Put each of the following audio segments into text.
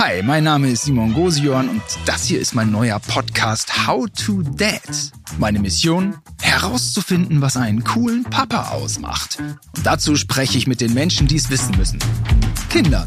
Hi, mein Name ist Simon Gosion und das hier ist mein neuer Podcast How to Dad. Meine Mission? Herauszufinden, was einen coolen Papa ausmacht. Und dazu spreche ich mit den Menschen, die es wissen müssen. Kindern.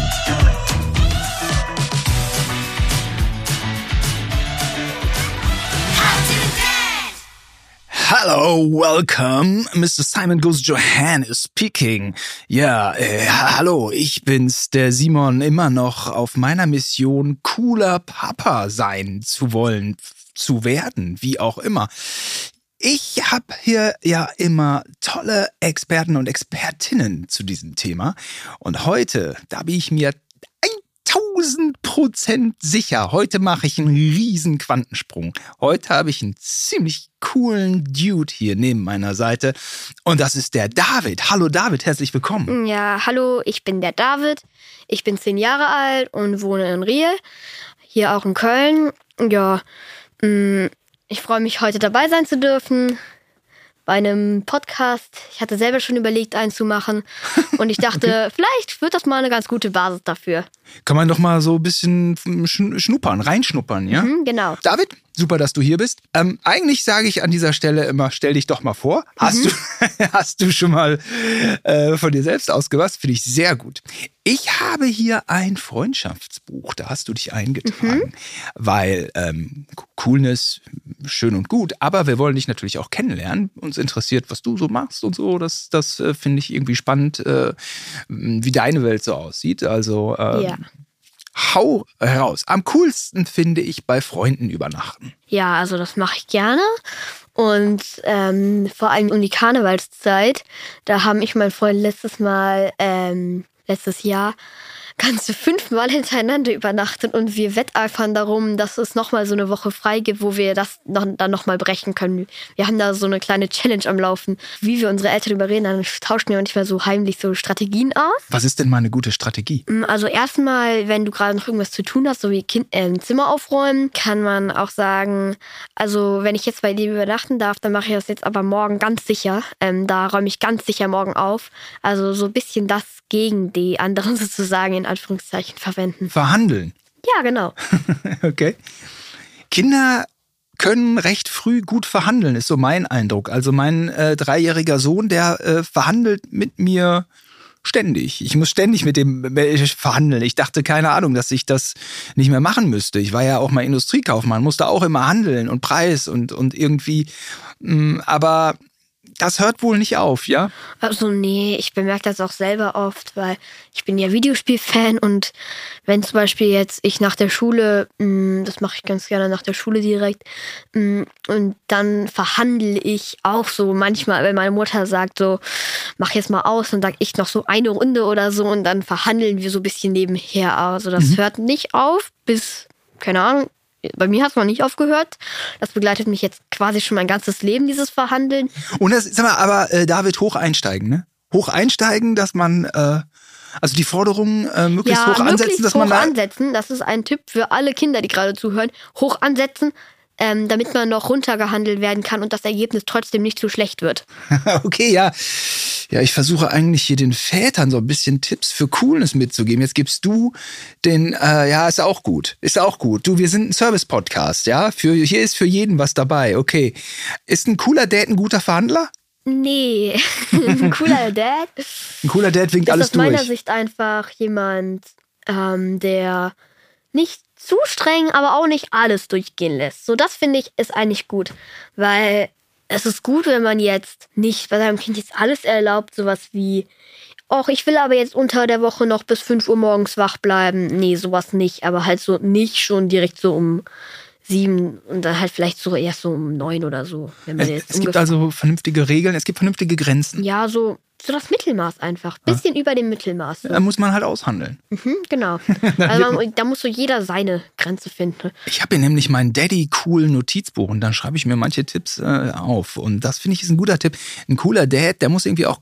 Hello, welcome. Mr. Simon Goes Johan is speaking. Ja, hallo, ich bin's, der Simon, immer noch auf meiner Mission, cooler Papa sein zu wollen, zu werden, wie auch immer. Ich habe hier ja immer tolle Experten und Expertinnen zu diesem Thema. Und heute, da bin ich mir 1000% sicher. Heute mache ich einen riesen Quantensprung. Heute habe ich einen ziemlich coolen Dude hier neben meiner Seite. Und das ist der David. Hallo David, herzlich willkommen. Ja, hallo, ich bin der David. Ich bin 10 Jahre alt und wohne in Riel. Hier auch in Köln. Ja, ich freue mich, heute dabei sein zu dürfen. Bei einem Podcast. Ich hatte selber schon überlegt, einen zu machen. Und ich dachte, okay, vielleicht wird das mal eine ganz gute Basis dafür. Kann man doch mal so ein bisschen reinschnuppern, ja? Genau. David, super, dass du hier bist. Eigentlich sage ich an dieser Stelle immer, stell dich doch mal vor. Hast du schon mal von dir selbst ausgewasst? Finde ich sehr gut. Ich habe hier ein Freundschaftsbuch, da hast du dich eingetragen, weil Coolness, schön und gut, aber wir wollen dich natürlich auch kennenlernen. Uns interessiert, was du so machst und so. Das finde ich irgendwie spannend, wie deine Welt so aussieht. Also ja. Hau heraus. Am coolsten finde ich bei Freunden übernachten. Ja, also das mache ich gerne. Und vor allem um die Karnevalszeit, da haben ich und mein Freund letztes Jahr ganze 5 Mal hintereinander übernachtet und wir wetteifern darum, dass es nochmal so eine Woche frei gibt, wo wir das dann nochmal brechen können. Wir haben da so eine kleine Challenge am Laufen, wie wir unsere Eltern überreden, dann tauschen wir manchmal so heimlich so Strategien aus. Was ist denn mal eine gute Strategie? Also erstmal, wenn du gerade noch irgendwas zu tun hast, so wie Zimmer aufräumen, kann man auch sagen, also wenn ich jetzt bei dir übernachten darf, dann mache ich das jetzt aber morgen ganz sicher. Da räume ich ganz sicher morgen auf. Also so ein bisschen das gegen die anderen sozusagen in Anführungszeichen verwenden. Verhandeln? Ja, genau. Okay. Kinder können recht früh gut verhandeln, ist so mein Eindruck. Also mein 3-jähriger Sohn, der verhandelt mit mir ständig. Ich muss ständig mit dem verhandeln. Ich dachte, keine Ahnung, dass ich das nicht mehr machen müsste. Ich war ja auch mal Industriekaufmann, musste auch immer handeln und Preis und irgendwie. Aber das hört wohl nicht auf, ja? Also nee, ich bemerke das auch selber oft, weil ich bin ja Videospielfan und wenn zum Beispiel jetzt ich nach der Schule, das mache ich ganz gerne nach der Schule direkt, und dann verhandle ich auch so manchmal, wenn meine Mutter sagt so, mach jetzt mal aus, dann sag ich noch so eine Runde oder so und dann verhandeln wir so ein bisschen nebenher. Also das hört nicht auf bis, keine Ahnung, bei mir hat es noch nicht aufgehört. Das begleitet mich jetzt quasi schon mein ganzes Leben, dieses Verhandeln. Und das, sag mal, aber David, hoch einsteigen, ne? Hoch einsteigen, dass man, also die Forderungen möglichst hoch ansetzen, dass man hoch ansetzen, das ist ein Tipp für alle Kinder, die gerade zuhören. Hoch ansetzen, damit man noch runtergehandelt werden kann und das Ergebnis trotzdem nicht zu schlecht wird. Okay, ja. Ja, ich versuche eigentlich hier den Vätern so ein bisschen Tipps für Coolness mitzugeben. Jetzt gibst du den, ja, ist auch gut. Ist auch gut. Du, wir sind ein Service-Podcast, ja? Hier ist für jeden was dabei. Okay. Ist ein cooler Dad ein guter Verhandler? Nee. Ein cooler Dad? Ein cooler Dad winkt alles durch. Ist aus meiner Sicht einfach jemand, der nicht zu streng, aber auch nicht alles durchgehen lässt. So, das finde ich ist eigentlich gut, weil es ist gut, wenn man jetzt nicht bei seinem Kind jetzt alles erlaubt, sowas wie, ach, ich will aber jetzt unter der Woche noch bis 5 Uhr morgens wach bleiben. Nee, sowas nicht, aber halt so nicht schon direkt so um 7 und dann halt vielleicht so erst so um 9 oder so. Wenn man Es gibt also vernünftige Regeln, es gibt vernünftige Grenzen. Ja, so das Mittelmaß einfach. Bisschen über dem Mittelmaß. Da muss man halt aushandeln. Genau. Also da muss so jeder seine Grenze finden. Ich habe hier nämlich mein Daddy-cool Notizbuch und dann schreibe ich mir manche Tipps auf. Und das finde ich ist ein guter Tipp. Ein cooler Dad, der muss irgendwie auch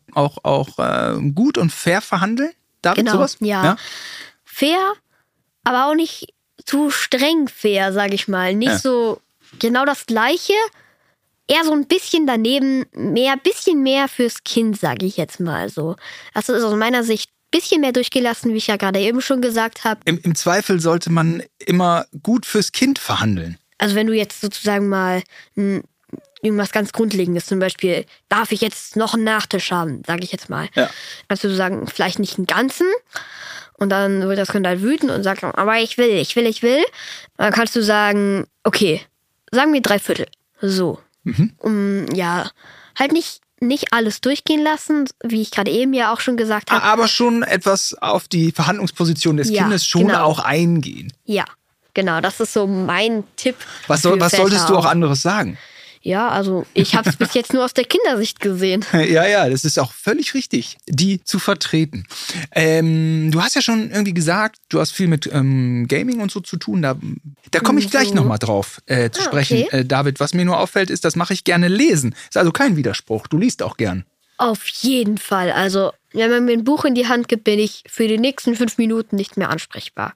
gut und fair verhandeln. David, genau, sowas? Ja. Fair, aber auch nicht zu streng fair, sage ich mal. Nicht so genau das Gleiche, eher so ein bisschen daneben, bisschen mehr fürs Kind, sage ich jetzt mal so. Das ist aus meiner Sicht bisschen mehr durchgelassen, wie ich ja gerade eben schon gesagt habe. Im Zweifel sollte man immer gut fürs Kind verhandeln. Also wenn du jetzt sozusagen mal irgendwas ganz Grundlegendes, zum Beispiel, darf ich jetzt noch einen Nachtisch haben, sage ich jetzt mal. Ja. Also du sagen, vielleicht nicht einen ganzen. Und dann wird das Kind halt wütend und sagt, aber ich will. Dann kannst du sagen, okay, sagen wir 3/4. So. Ja, halt nicht alles durchgehen lassen, wie ich gerade eben ja auch schon gesagt habe. Aber schon etwas auf die Verhandlungsposition des Kindes schon auch eingehen. Ja, genau, das ist so mein Tipp. Was solltest du auch anderes sagen? Ja, also ich habe es bis jetzt nur aus der Kindersicht gesehen. Ja, das ist auch völlig richtig, die zu vertreten. Du hast ja schon irgendwie gesagt, du hast viel mit Gaming und so zu tun. Da komme ich gleich nochmal drauf zu sprechen. Okay. David, was mir nur auffällt, ist, das mache ich gerne lesen. Ist also kein Widerspruch. Du liest auch gern. Auf jeden Fall. Also, wenn man mir ein Buch in die Hand gibt, bin ich für die nächsten 5 Minuten nicht mehr ansprechbar.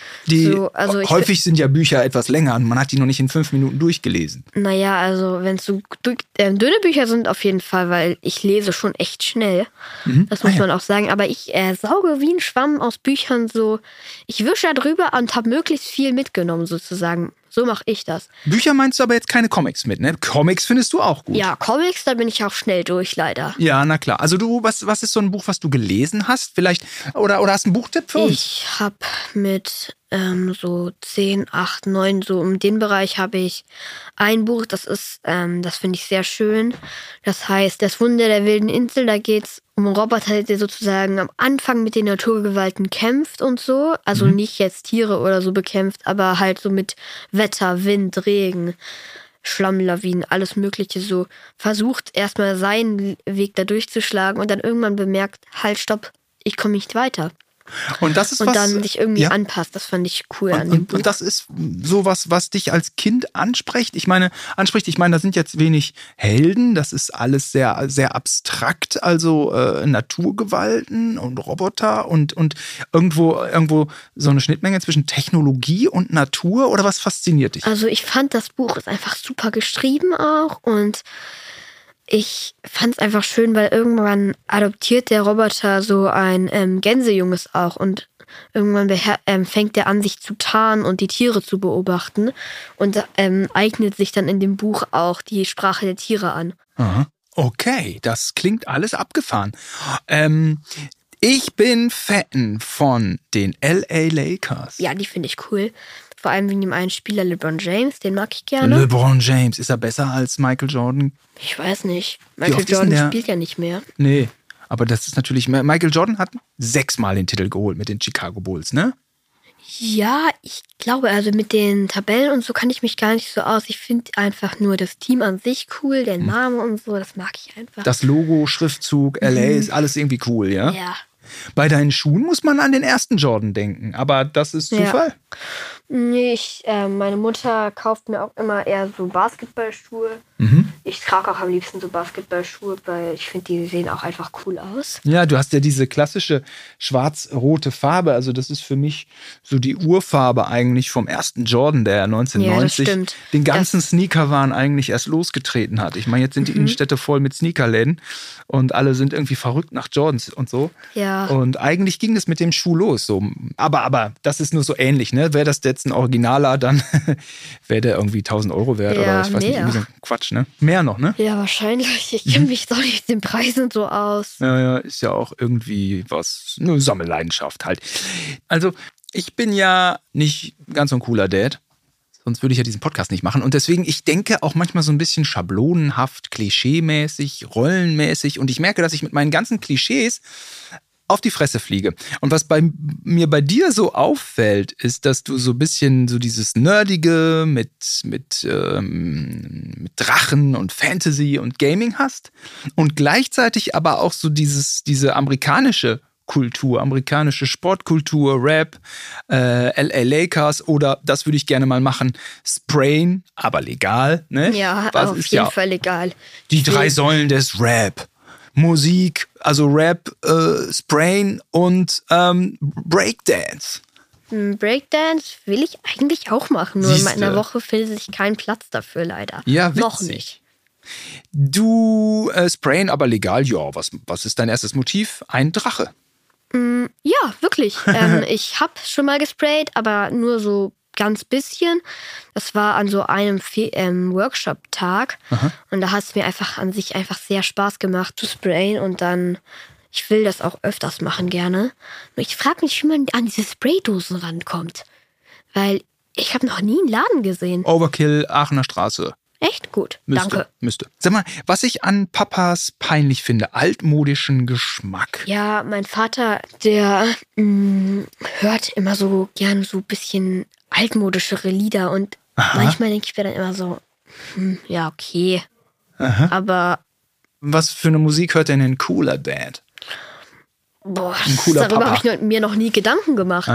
Häufig sind ja Bücher etwas länger und man hat die noch nicht in 5 Minuten durchgelesen. Naja, also wenn es so dünne Bücher sind, auf jeden Fall, weil ich lese schon echt schnell. Das muss man auch sagen. Aber ich sauge wie ein Schwamm aus Büchern so. Ich wische da drüber und habe möglichst viel mitgenommen sozusagen. So mache ich das. Bücher meinst du aber jetzt keine Comics mit, ne? Comics findest du auch gut. Ja, Comics, da bin ich auch schnell durch, leider. Ja, na klar. Also was ist so ein Buch, was du gelesen hast? Vielleicht, oder hast du einen Buchtipp für uns? Ich habe mit so 10, 8, 9, so um den Bereich habe ich ein Buch, das finde ich sehr schön. Das heißt, Das Wunder der wilden Insel, da geht's um einen Roboter, der sozusagen am Anfang mit den Naturgewalten kämpft und so. Also nicht jetzt Tiere oder so bekämpft, aber halt so mit Wetter, Wind, Regen, Schlammlawinen, alles Mögliche so. Versucht erstmal seinen Weg da durchzuschlagen und dann irgendwann bemerkt, halt, stopp, ich komme nicht weiter. Und das ist und dann sich irgendwie anpasst. Das fand ich cool an dem Buch. Und das ist sowas, was dich als Kind anspricht. Ich meine, da sind jetzt wenig Helden. Das ist alles sehr, sehr abstrakt. Also Naturgewalten und Roboter und irgendwo so eine Schnittmenge zwischen Technologie und Natur. Oder was fasziniert dich? Also ich fand, das Buch ist einfach super geschrieben auch und ich fand es einfach schön, weil irgendwann adoptiert der Roboter so ein Gänsejunges auch und irgendwann fängt er an, sich zu tarnen und die Tiere zu beobachten und eignet sich dann in dem Buch auch die Sprache der Tiere an. Aha. Okay, das klingt alles abgefahren. Ich bin Fan von den LA Lakers. Ja, die finde ich cool. Vor allem wegen dem einen Spieler LeBron James, den mag ich gerne. LeBron James, ist er besser als Michael Jordan? Ich weiß nicht. Michael Jordan spielt ja nicht mehr. Nee, aber das ist natürlich... Michael Jordan hat 6-mal den Titel geholt mit den Chicago Bulls, ne? Ja, ich glaube, also mit den Tabellen und so kann ich mich gar nicht so aus. Ich finde einfach nur das Team an sich cool, der Name und so, das mag ich einfach. Das Logo, Schriftzug, LA ist alles irgendwie cool, ja? Ja. Bei deinen Schuhen muss man an den ersten Jordan denken, aber das ist Zufall. Ja. Nee, meine Mutter kauft mir auch immer eher so Basketballschuhe. Ich trage auch am liebsten so Basketballschuhe, weil ich finde, die sehen auch einfach cool aus. Ja, du hast ja diese klassische schwarz-rote Farbe. Also das ist für mich so die Urfarbe eigentlich vom ersten Jordan, der 1990 den ganzen Sneakerwahn eigentlich erst losgetreten hat. Ich meine, jetzt sind die Innenstädte voll mit Sneakerläden und alle sind irgendwie verrückt nach Jordans und so. Ja. Und eigentlich ging das mit dem Schuh los. So. Aber das ist nur so ähnlich, ne? Wäre das jetzt ein Originaler, dann wäre der irgendwie 1.000 Euro wert oder ich weiß nicht, irgendwie so ein Quatsch, ne? Mehr noch, ne? Ja, wahrscheinlich. Ich kenne mich doch nicht mit den Preisen so aus. Ja, ist ja auch irgendwie eine Sammelleidenschaft halt. Also, ich bin ja nicht ganz so ein cooler Dad. Sonst würde ich ja diesen Podcast nicht machen. Und deswegen, ich denke auch manchmal so ein bisschen schablonenhaft, klischeemäßig, rollenmäßig. Und ich merke, dass ich mit meinen ganzen Klischees auf die Fresse fliege. Und was mir bei dir so auffällt, ist, dass du so ein bisschen so dieses Nerdige mit Drachen und Fantasy und Gaming hast und gleichzeitig aber auch so diese amerikanische Kultur, amerikanische Sportkultur, Rap, LA Lakers oder, das würde ich gerne mal machen, Sprayen, aber legal. Ne? Ja, auf jeden Fall legal. Die 3 Säulen des Rap. Musik, also Rap, Sprayen und Breakdance. Breakdance will ich eigentlich auch machen, nur in meiner Woche findet sich kein Platz dafür leider. Ja, witzig. Noch nicht. Du Sprayen, aber legal, ja. Was ist dein erstes Motiv? Ein Drache. Ja, wirklich. Ich habe schon mal gesprayt, aber nur so ganz bisschen. Das war an so einem Workshop-Tag. Aha. Und da hat es mir an sich einfach sehr Spaß gemacht zu sprayen. Und dann, ich will das auch öfters machen gerne. Nur ich frage mich, wie man an diese Spraydosen rankommt. Weil ich habe noch nie einen Laden gesehen. Overkill, Aachener Straße. Echt gut, danke. Müsste. Sag mal, was ich an Papas peinlich finde, altmodischen Geschmack. Ja, mein Vater, der hört immer so gern so ein bisschen altmodischere Lieder. Und manchmal denke ich mir dann immer so, ja, okay. Aha. Aber Was für eine Musik hört denn ein cooler Dad? boah, Ein cooler darüber Papa. habe ich mir noch nie Gedanken gemacht.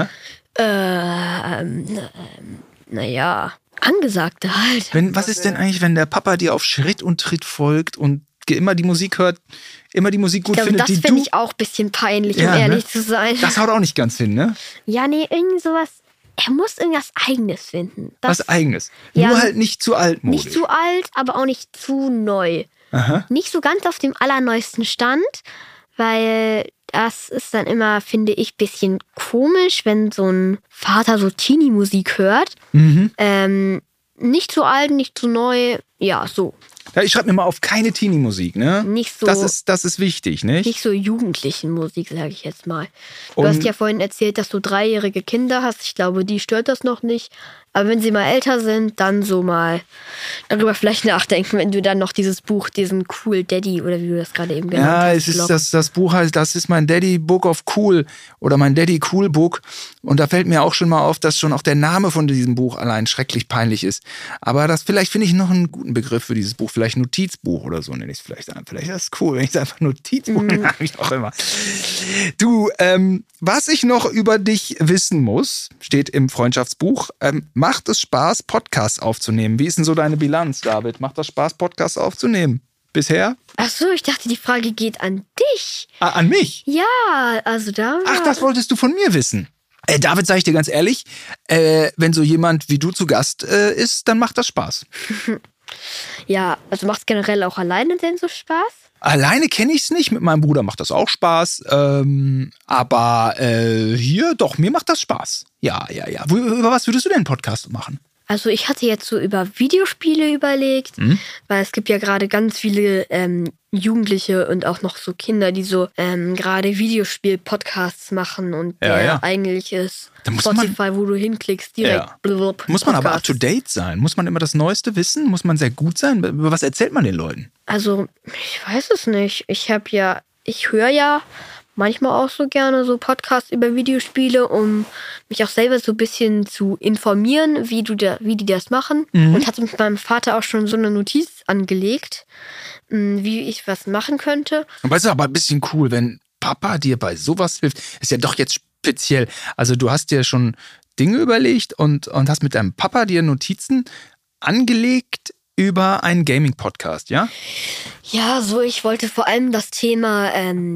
Naja, Angesagte halt. Was ist denn eigentlich, wenn der Papa dir auf Schritt und Tritt folgt und immer die Musik hört, immer die Musik gut Ich glaube, findet, das die finde du... ich auch ein bisschen peinlich, Ja, um ne? ehrlich zu sein. Das haut auch nicht ganz hin, ne? Ja, nee, irgendwie sowas. Er muss irgendwas Eigenes finden. Was Eigenes. Ja, Nur halt nicht zu altmodisch. nicht zu alt, aber auch nicht zu neu. Aha. Nicht so ganz auf dem allerneuesten Stand, weil das ist dann immer, finde ich, ein bisschen komisch, wenn so ein Vater so Teenie-Musik hört. Nicht zu alt, nicht zu neu, ja, so. Ja, ich schreibe mir mal auf keine Teenie-Musik, ne? Nicht so- Das ist wichtig, nicht? Nicht so jugendlichen Musik, sage ich jetzt mal. Du Und- hast ja vorhin erzählt, dass du 3-jährige Kinder hast. Ich glaube, die stört das noch nicht. Aber wenn sie mal älter sind, dann so mal darüber vielleicht nachdenken, wenn du dann noch dieses Buch, diesen Cool Daddy oder wie du das gerade eben genannt Ja, hast. es ist Blog. das Buch heißt, das ist mein Daddy Book of Cool oder mein Daddy Cool Book. Und da fällt mir auch schon mal auf, dass schon auch der Name von diesem Buch allein schrecklich peinlich ist. Aber das vielleicht finde ich noch einen guten Begriff für dieses Buch. Vielleicht Notizbuch oder so nenne ich es vielleicht. Vielleicht ist das cool, wenn ich es einfach Notizbuch nenne, ich auch immer. Du, was ich noch über dich wissen muss, steht im Freundschaftsbuch. Macht es Spaß, Podcasts aufzunehmen? Wie ist denn so deine Bilanz, David? Macht das Spaß, Podcasts aufzunehmen? Bisher? Ach so, ich dachte, die Frage geht an dich. Ah, an mich? Ja, also da. Ach, das wolltest du von mir wissen. David, sage ich dir ganz ehrlich, wenn so jemand wie du zu Gast ist, dann macht das Spaß. Ja, also macht es generell auch alleine denn so Spaß? Alleine kenne ich es nicht, mit meinem Bruder macht das auch Spaß, aber hier, doch, mir macht das Spaß. Ja. Über was würdest du denn einen Podcast machen? Also ich hatte jetzt so über Videospiele überlegt, weil es gibt ja gerade ganz viele Jugendliche und auch noch so Kinder, die so gerade Videospiel-Podcasts machen und der eigentlich ist Da muss Spotify, wo du hinklickst, direkt. Ja. Blub, Muss man aber Podcasts. up-to-date sein? Muss man immer das Neueste wissen? Muss man sehr gut sein? Über was erzählt man den Leuten? Also ich weiß es nicht. Ich höre ja manchmal auch so gerne so Podcasts über Videospiele, um mich auch selber so ein bisschen zu informieren, wie die das machen. Und hatte mit meinem Vater auch schon so eine Notiz angelegt, wie ich was machen könnte. Und weißt du, aber ein bisschen cool, wenn Papa dir bei sowas hilft. Ist ja doch jetzt speziell. Also du hast dir schon Dinge überlegt und hast mit deinem Papa dir Notizen angelegt über einen Gaming-Podcast, ja? Ja, so ich wollte vor allem das Thema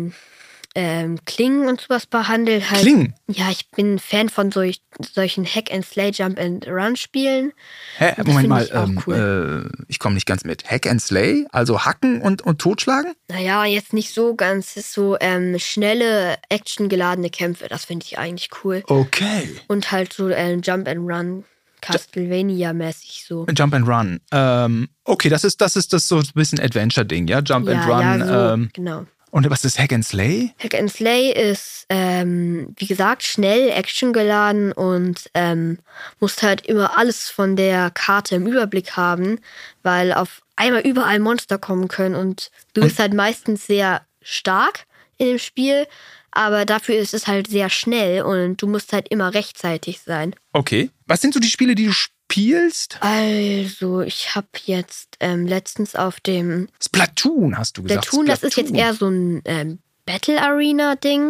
Klingen und sowas behandeln. Halt, Klingen? Ja, ich bin Fan von solchen Hack-and-Slay, Jump-and-Run-Spielen. Hä? Das Moment find mal, ich auch cool. ich komme nicht ganz mit. Hack and Slay? Also hacken und totschlagen? Naja, jetzt nicht so ganz. Es ist so schnelle, actiongeladene Kämpfe. Das finde ich eigentlich cool. Okay. Und halt so Jump-and-Run, Castlevania-mäßig so. Jump and Run. Okay, das ist das so ein bisschen Adventure-Ding, ja? Jump and Run. Ja, so, genau. Und was ist Hack and Slay? Hack and Slay ist, wie gesagt, schnell, actiongeladen und musst halt immer alles von der Karte im Überblick haben, weil auf einmal überall Monster kommen können und du bist halt meistens sehr stark in dem Spiel, aber dafür ist es halt sehr schnell und du musst halt immer rechtzeitig sein. Okay. Was sind so die Spiele, die du spielst? Also, ich habe jetzt letztens auf dem Splatoon, hast du gesagt. Splatoon, das ist jetzt eher so ein Battle-Arena-Ding.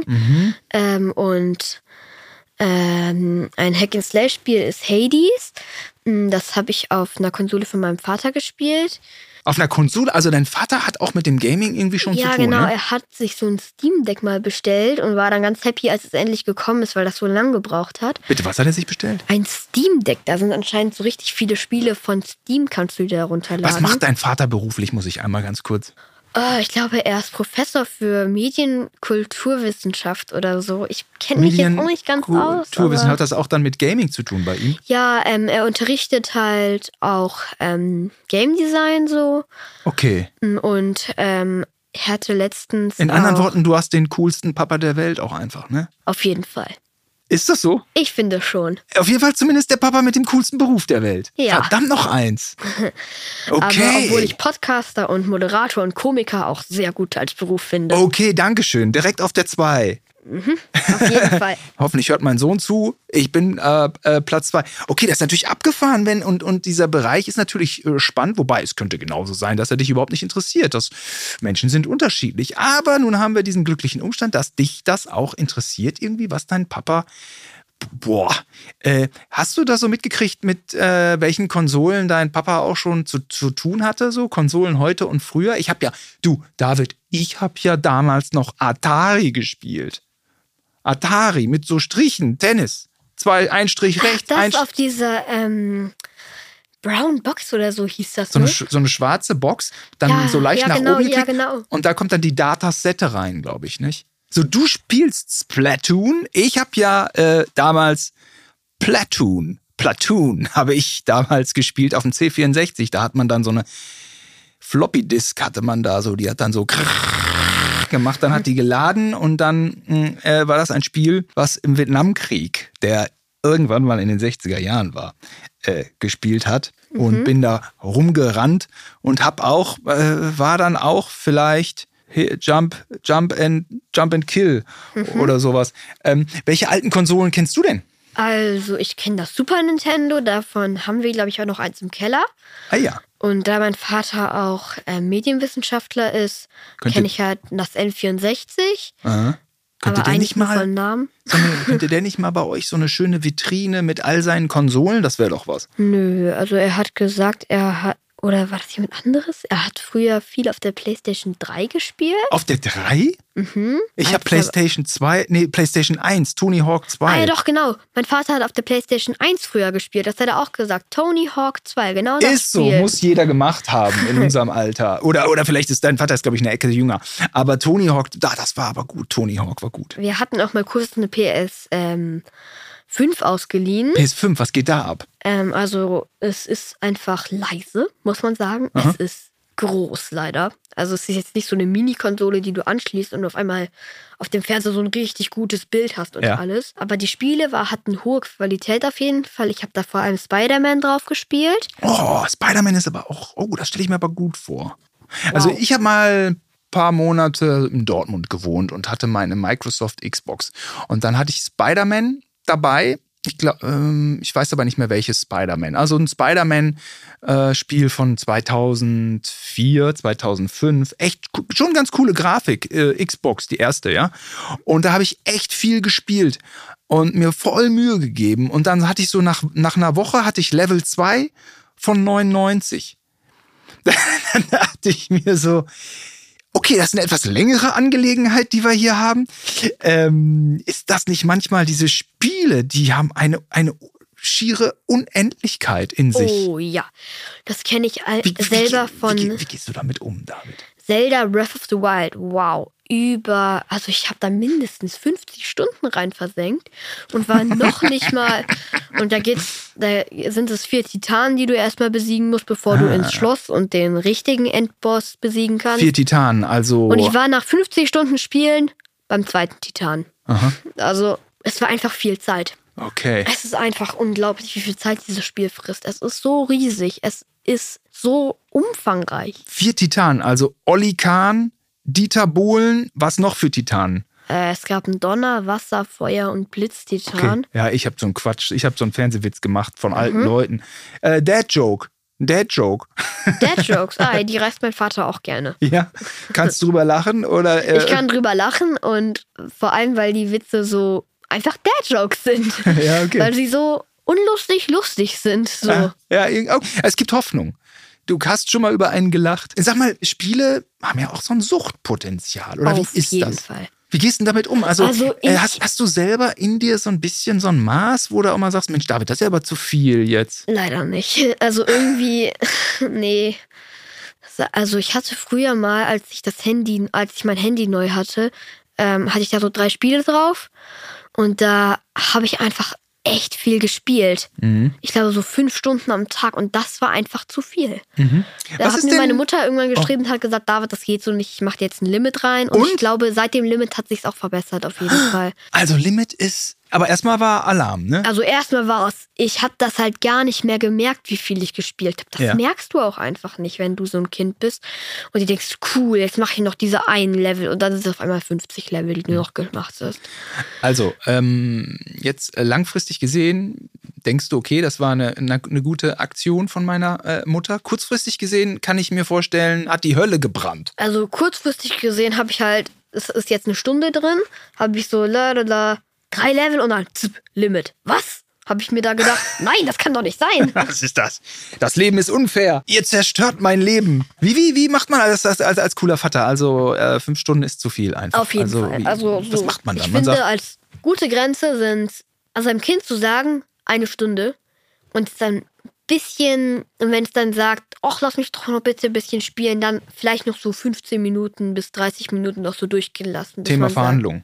Und ein Hack-and-Slay-Spiel ist Hades. Das habe ich auf einer Konsole von meinem Vater gespielt. Auf einer Konsole? Also dein Vater hat auch mit dem Gaming irgendwie schon zu tun, Ja, genau. ne? Er hat sich so ein Steam-Deck mal bestellt und war dann ganz happy, als es endlich gekommen ist, weil das so lange gebraucht hat. Bitte, was hat er sich bestellt? Ein Steam-Deck. Da sind anscheinend so richtig viele Spiele von Steam, kannst du dir runterladen. Was macht dein Vater beruflich, muss ich einmal ganz kurz... Ich glaube, er ist Professor für Medienkulturwissenschaft oder so. Ich kenne mich jetzt auch nicht ganz aus. Kulturwissenschaft, hat das auch dann mit Gaming zu tun bei ihm? Ja, er unterrichtet halt auch Game Design so. Okay. Und er hatte letztens In anderen Worten, du hast den coolsten Papa der Welt auch einfach, ne? Auf jeden Fall. Ist das so? Ich finde schon. Auf jeden Fall zumindest der Papa mit dem coolsten Beruf der Welt. Ja. Verdammt noch eins. Okay. Aber obwohl ich Podcaster und Moderator und Komiker auch sehr gut als Beruf finde. Okay, dankeschön. Direkt auf der 2. Auf jeden Fall. Hoffentlich hört mein Sohn zu. Ich bin Platz 2. Okay, das ist natürlich abgefahren, und dieser Bereich ist natürlich spannend, wobei es könnte genauso sein, dass er dich überhaupt nicht interessiert. Menschen sind unterschiedlich. Aber nun haben wir diesen glücklichen Umstand, dass dich das auch interessiert irgendwie, was dein Papa... hast du das so mitgekriegt, mit welchen Konsolen dein Papa auch schon zu tun hatte? So Konsolen heute und früher? Ich habe ja damals noch Atari gespielt. Atari mit so Strichen, Tennis. Ein Strich rechts, das auf dieser Brown Box oder so hieß das, so ne? So eine schwarze Box, dann so leicht nach genau, oben geklickt. Ja, genau. Und da kommt dann die Datasette rein, glaube ich, nicht? So, du spielst Splatoon. Ich habe ja damals Platoon habe ich damals gespielt auf dem C64. Da hat man dann so eine Floppy-Disk hatte man da so, die hat dann so gemacht, dann hat die geladen und dann war das ein Spiel, was im Vietnamkrieg, der irgendwann mal in den 60er Jahren war, gespielt hat und bin da rumgerannt und war dann auch vielleicht Jump and Kill oder sowas. Welche alten Konsolen kennst du denn? Also ich kenne das Super Nintendo, davon haben wir, glaube ich, auch noch eins im Keller. Ah ja. Und da mein Vater auch Medienwissenschaftler ist, kenne ich halt das N64. Aha. Aber eigentlich nur von Namen. Könnte der nicht mal bei euch so eine schöne Vitrine mit all seinen Konsolen? Das wäre doch was. Nö, also er hat gesagt, oder war das jemand anderes? Er hat früher viel auf der PlayStation 3 gespielt. Auf der 3? Mhm. Ich habe PlayStation 1, Tony Hawk 2. Ah ja, doch, genau. Mein Vater hat auf der PlayStation 1 früher gespielt. Das hat er auch gesagt. Tony Hawk 2, genau das Ist Spiel. so, muss jeder gemacht haben in unserem Alter. Oder vielleicht ist dein Vater, glaube ich, eine Ecke jünger. Aber Tony Hawk, das war aber gut. Tony Hawk war gut. Wir hatten auch mal kurz eine PS5 ausgeliehen. PS5, was geht da ab? Also es ist einfach leise, muss man sagen. Aha. Es ist groß leider. Also es ist jetzt nicht so eine Mini-Konsole, die du anschließt und auf einmal auf dem Fernseher so ein richtig gutes Bild hast und alles. Aber die Spiele hatten hohe Qualität auf jeden Fall. Ich habe da vor allem Spider-Man drauf gespielt. Oh, Spider-Man ist aber auch, das stelle ich mir aber gut vor. Wow. Also ich habe mal ein paar Monate in Dortmund gewohnt und hatte meine Microsoft Xbox. Und dann hatte ich Spider-Man dabei. Ich weiß aber nicht mehr, welches Spider-Man. Also ein Spider-Man-Spiel von 2004, 2005. Echt schon ganz coole Grafik. Xbox, die erste, ja. Und da habe ich echt viel gespielt und mir voll Mühe gegeben. Und dann hatte ich so nach einer Woche hatte ich Level 2 von 99. Dann dachte ich mir so, okay, das ist eine etwas längere Angelegenheit, die wir hier haben. Ist das nicht manchmal diese Spiele, die haben eine schiere Unendlichkeit in sich? Oh ja, das kenne ich selber von... Wie gehst du damit um, David? Zelda Breath of the Wild, wow. Also ich habe da mindestens 50 Stunden rein versenkt und war noch nicht mal... Und da sind es 4 Titanen, die du erstmal besiegen musst, bevor du ins Schloss und den richtigen Endboss besiegen kannst. 4 Titanen, also... Und ich war nach 50 Stunden Spielen beim 2. Titan. Aha. Also es war einfach viel Zeit. Okay. Es ist einfach unglaublich, wie viel Zeit dieses Spiel frisst. Es ist so riesig, es ist so umfangreich. 4 Titanen, also Olli Kahn, Dieter Bohlen, was noch für Titanen? Es gab einen Donner-, Wasser-, Feuer- und Blitz-Titan. Okay. Ja, ich habe so einen Fernsehwitz gemacht von alten Leuten. Dad Joke. Dad Jokes, Die reißt mein Vater auch gerne. Ja, kannst du drüber lachen? Oder, Ich kann drüber lachen und vor allem, weil die Witze so einfach Dad-Jokes sind. Ja, okay. Weil sie so lustig sind. So. Ja, es gibt Hoffnung. Du hast schon mal über einen gelacht. Sag mal, Spiele haben ja auch so ein Suchtpotenzial. Oder Auf wie ist jeden das? Fall. Wie gehst du denn damit um? Also hast du selber in dir so ein bisschen so ein Maß, wo du auch mal sagst, Mensch, David, das ist ja aber zu viel jetzt. Leider nicht. Also irgendwie, nee. Also ich hatte früher mal, als ich mein Handy neu hatte ich da so 3 Spiele drauf. Und da habe ich einfach echt viel gespielt. Ich glaube so 5 Stunden am Tag und das war einfach zu viel. Da hat mir meine Mutter irgendwann geschrieben und hat gesagt, David, das geht so nicht, ich mache dir jetzt ein Limit rein. Und ich glaube, seit dem Limit hat sich's auch verbessert auf jeden Fall. Also Limit ist, aber erstmal war Alarm, ne? Also erstmal war es, ich habe das halt gar nicht mehr gemerkt, wie viel ich gespielt habe. Das merkst du auch einfach nicht, wenn du so ein Kind bist und du denkst, cool, jetzt mache ich noch diese einen Level und dann ist es auf einmal 50 Level, die du noch gemacht hast. Also, jetzt langfristig gesehen, denkst du, okay, das war eine gute Aktion von meiner Mutter. Kurzfristig gesehen kann ich mir vorstellen, hat die Hölle gebrannt. Also kurzfristig gesehen habe ich halt, es ist jetzt eine Stunde drin, habe ich so 3 Level und dann Limit. Was? Habe ich mir da gedacht, nein, das kann doch nicht sein. Was ist das? Das Leben ist unfair. Ihr zerstört mein Leben. Wie macht man das als cooler Vater? Also 5 Stunden ist zu viel einfach. Auf jeden Fall. Also was macht man dann? Ich finde, als gute Grenze sind, also einem Kind zu sagen, 1 Stunde und es dann ein bisschen, wenn es dann sagt, ach, lass mich doch noch bitte ein bisschen spielen, dann vielleicht noch so 15 Minuten bis 30 Minuten noch so durchgehen lassen. Thema Verhandlung.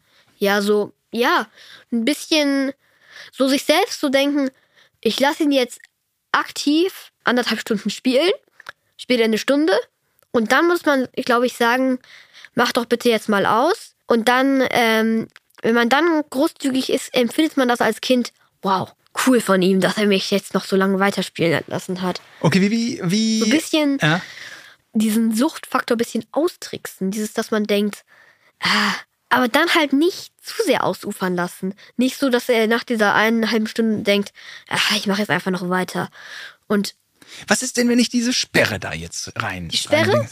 Ein bisschen so sich selbst zu denken, ich lasse ihn jetzt aktiv 1,5 Stunden spielen, spiele 1 Stunde und dann muss man, glaube ich, sagen, mach doch bitte jetzt mal aus. Und dann, wenn man dann großzügig ist, empfindet man das als Kind, wow, cool von ihm, dass er mich jetzt noch so lange weiterspielen lassen hat. Okay, wie so ein bisschen diesen Suchtfaktor ein bisschen austricksen. Dass man denkt, aber dann halt nicht zu sehr ausufern lassen. Nicht so, dass er nach dieser 1,5 Stunde denkt, ich mache jetzt einfach noch weiter. Und was ist denn, wenn ich diese Sperre da jetzt rein... Die Sperre?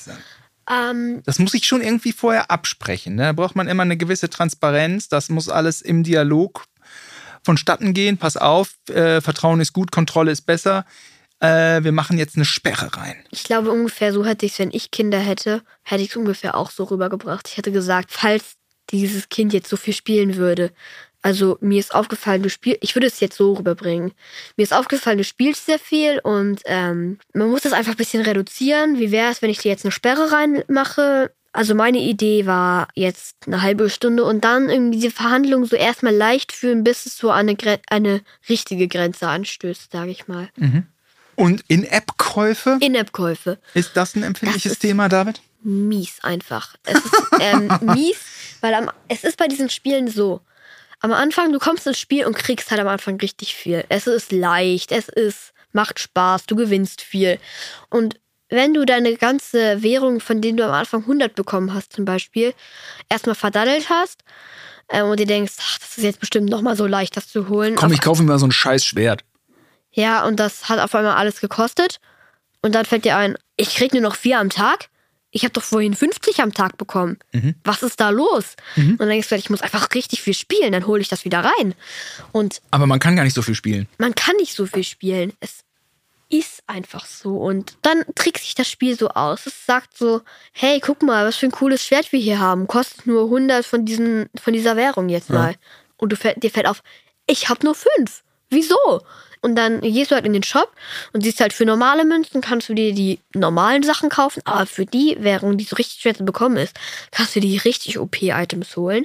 Das muss ich schon irgendwie vorher absprechen. Ne? Da braucht man immer eine gewisse Transparenz. Das muss alles im Dialog vonstatten gehen. Pass auf, Vertrauen ist gut, Kontrolle ist besser. Wir machen jetzt eine Sperre rein. Ich glaube, ungefähr so hätte ich es, wenn ich Kinder hätte ich es ungefähr auch so rübergebracht. Ich hätte gesagt, falls dieses Kind jetzt so viel spielen würde, also mir ist aufgefallen, ich würde es jetzt so rüberbringen. Mir ist aufgefallen, du spielst sehr viel und man muss das einfach ein bisschen reduzieren. Wie wäre es, wenn ich dir jetzt eine Sperre reinmache? Also meine Idee war jetzt eine halbe Stunde und dann irgendwie diese Verhandlung so erstmal leicht führen, bis es so eine richtige Grenze anstößt, sage ich mal. Und In-App-Käufe? In-App-Käufe. Ist das ein empfindliches Thema, David? Mies einfach. Es ist mies, weil es ist bei diesen Spielen so. Am Anfang, du kommst ins Spiel und kriegst halt am Anfang richtig viel. Es ist leicht, macht Spaß, du gewinnst viel. Und wenn du deine ganze Währung, von denen du am Anfang 100 bekommen hast zum Beispiel, erstmal verdaddelt hast und dir denkst, das ist jetzt bestimmt nochmal so leicht, das zu holen. Komm, ich kaufe mir mal so ein scheiß Schwert. Ja, und das hat auf einmal alles gekostet. Und dann fällt dir ein, ich krieg nur noch 4 am Tag. Ich habe doch vorhin 50 am Tag bekommen. Was ist da los? Und dann denkst du, ich muss einfach richtig viel spielen, dann hole ich das wieder rein. Aber man kann gar nicht so viel spielen. Man kann nicht so viel spielen. Es ist einfach so. Und dann trickst sich das Spiel so aus. Es sagt so, hey, guck mal, was für ein cooles Schwert wir hier haben. Kostet nur 100 von dieser Währung jetzt mal. Und dir fällt auf, ich habe nur 5. Wieso? Und dann gehst du halt in den Shop und siehst halt, für normale Münzen kannst du dir die normalen Sachen kaufen, aber für die Währung, die so richtig schwer zu bekommen ist, kannst du die richtig OP-Items holen.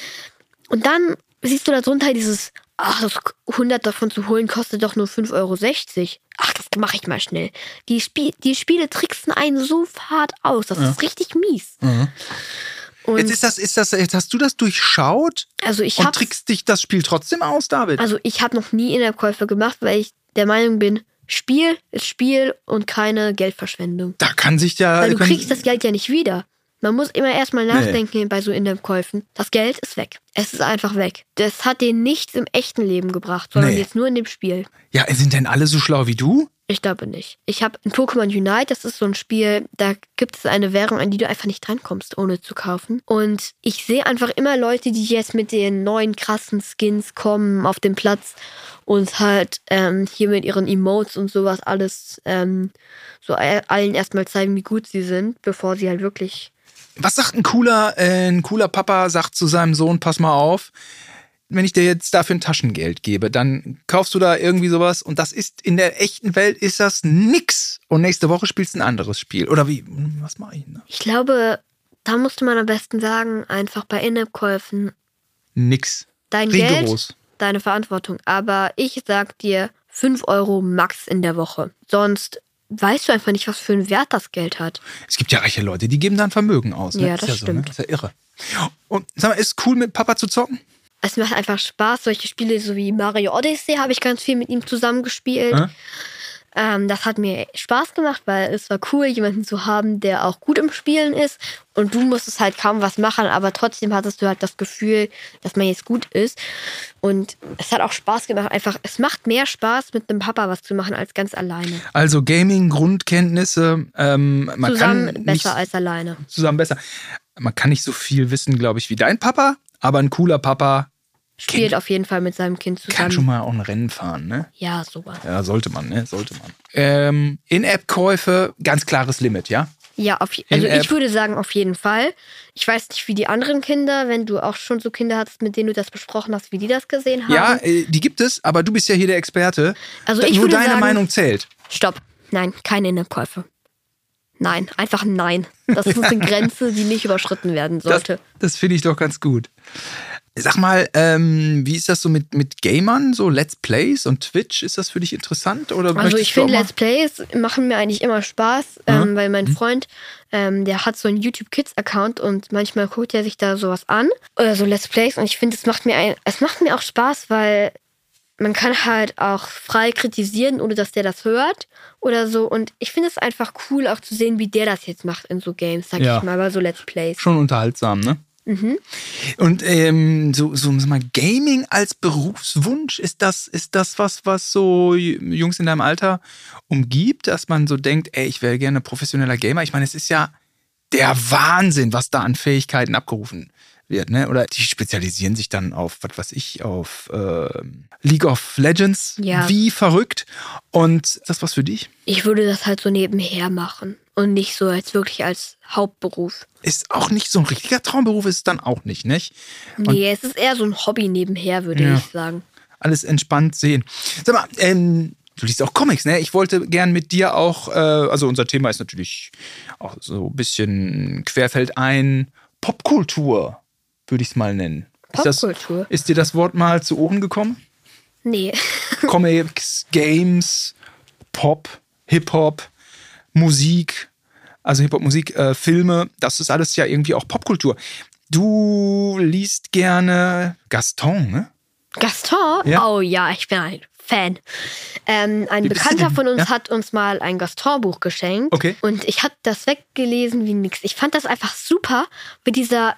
Und dann siehst du da drunter dieses, das 100 davon zu holen kostet doch nur 5,60 €. Das mache ich mal schnell. Die Spiele tricksen einen so hart aus, das ist richtig mies. Und jetzt hast du das durchschaut? Also und trickst dich das Spiel trotzdem aus, David? Also ich habe noch nie In-App-Käufe gemacht, weil ich der Meinung bin, Spiel ist Spiel und keine Geldverschwendung. Da kann sich ja... Weil du kriegst das Geld ja nicht wieder. Man muss immer erstmal nachdenken bei so In-App-Käufen. Das Geld ist weg. Es ist einfach weg. Das hat dir nichts im echten Leben gebracht, sondern jetzt nur in dem Spiel. Ja, sind denn alle so schlau wie du? Ich glaube nicht. Ich habe in Pokémon Unite, das ist so ein Spiel, da gibt es eine Währung, an die du einfach nicht drankommst, ohne zu kaufen. Und ich sehe einfach immer Leute, die jetzt mit den neuen krassen Skins kommen auf den Platz und halt hier mit ihren Emotes und sowas alles so allen erstmal zeigen, wie gut sie sind, bevor sie halt wirklich... Was sagt ein cooler Papa, sagt zu seinem Sohn, pass mal auf, wenn ich dir jetzt dafür ein Taschengeld gebe, dann kaufst du da irgendwie sowas und das ist in der echten Welt ist das nix. Und nächste Woche spielst du ein anderes Spiel. Oder wie? Was mache ich? Ne? Ich glaube, da musste man am besten sagen, einfach bei In-App-Käufen Nix. dein Rigoros. Geld, deine Verantwortung. Aber ich sag dir 5 Euro max in der Woche. Sonst weißt du einfach nicht, was für einen Wert das Geld hat. Es gibt ja reiche Leute, die geben dann Vermögen aus. Ne? Ja, das ist stimmt. So, ne? Das ist ja irre. Und sag mal, ist es cool, mit Papa zu zocken? Es macht einfach Spaß. Solche Spiele so wie Mario Odyssey habe ich ganz viel mit ihm zusammengespielt. Das hat mir Spaß gemacht, weil es war cool, jemanden zu haben, der auch gut im Spielen ist. Und du musstest halt kaum was machen, aber trotzdem hattest du halt das Gefühl, dass man jetzt gut ist. Und es hat auch Spaß gemacht. Einfach, es macht mehr Spaß, mit einem Papa was zu machen, als ganz alleine. Also Gaming-Grundkenntnisse, man Zusammen kann besser nicht, als alleine. Zusammen besser. Man kann nicht so viel wissen, glaube ich, wie dein Papa, aber ein cooler Papa Spielt auf jeden Fall mit seinem Kind kann zusammen. schon mal auch ein Rennen fahren, ne? Ja, sowas. Ja, sollte man, ne? Sollte man. In-App-Käufe, ganz klares Limit, ja? Ja, also ich würde sagen, auf jeden Fall. Ich weiß nicht, wie die anderen Kinder, wenn du auch schon so Kinder hattest, mit denen du das besprochen hast, wie die das gesehen haben. Ja, die gibt es, aber du bist ja hier der Experte. Also ich Nur würde deine sagen, Meinung zählt. Stopp. Nein, keine In-App-Käufe. Nein, einfach nein. Das ist eine Grenze, die nicht überschritten werden sollte. Das finde ich doch ganz gut. Sag mal, wie ist das so mit Gamern, so Let's Plays und Twitch? Ist das für dich interessant? Oder Also ich finde, Let's Plays machen mir eigentlich immer Spaß, weil mein Freund, der hat so einen YouTube Kids Account und manchmal guckt er sich da sowas an, oder so Let's Plays, und ich finde, es macht mir auch Spaß, weil man kann halt auch frei kritisieren, ohne dass der das hört oder so, und ich finde es einfach cool, auch zu sehen, wie der das jetzt macht in so Games, sag ich mal, bei so Let's Plays. Schon unterhaltsam, ne? Mhm. Und sag mal, Gaming als Berufswunsch, ist das was so Jungs in deinem Alter umgibt, dass man so denkt, ey, ich wäre gerne professioneller Gamer? Ich meine, es ist ja der Wahnsinn, was da an Fähigkeiten abgerufen wird, ne? Oder die spezialisieren sich dann auf, was weiß ich, auf League of Legends, wie verrückt. Und ist das was für dich? Ich würde das halt so nebenher machen und nicht so wirklich als Hauptberuf. Ist auch nicht so ein richtiger Traumberuf, ist es dann auch nicht? Und nee, es ist eher so ein Hobby nebenher, würde ich sagen. Alles entspannt sehen. Sag mal, du liest auch Comics, ne? Ich wollte gern mit dir auch, also unser Thema ist natürlich auch so ein bisschen querfeldein, Popkultur, würde ich es mal nennen. Popkultur? Ist dir das Wort mal zu Ohren gekommen? Nee. Comics, Games, Pop, Hip-Hop, Musik, also Hip-Hop-Musik, Filme, das ist alles ja irgendwie auch Popkultur. Du liest gerne Gaston, ne? Gaston? Ja. Oh ja, ich bin ein Fan. Ein Bekannter von uns hat uns mal ein Gaston-Buch geschenkt. Okay. Und ich habe das weggelesen wie nix. Ich fand das einfach super, wie dieser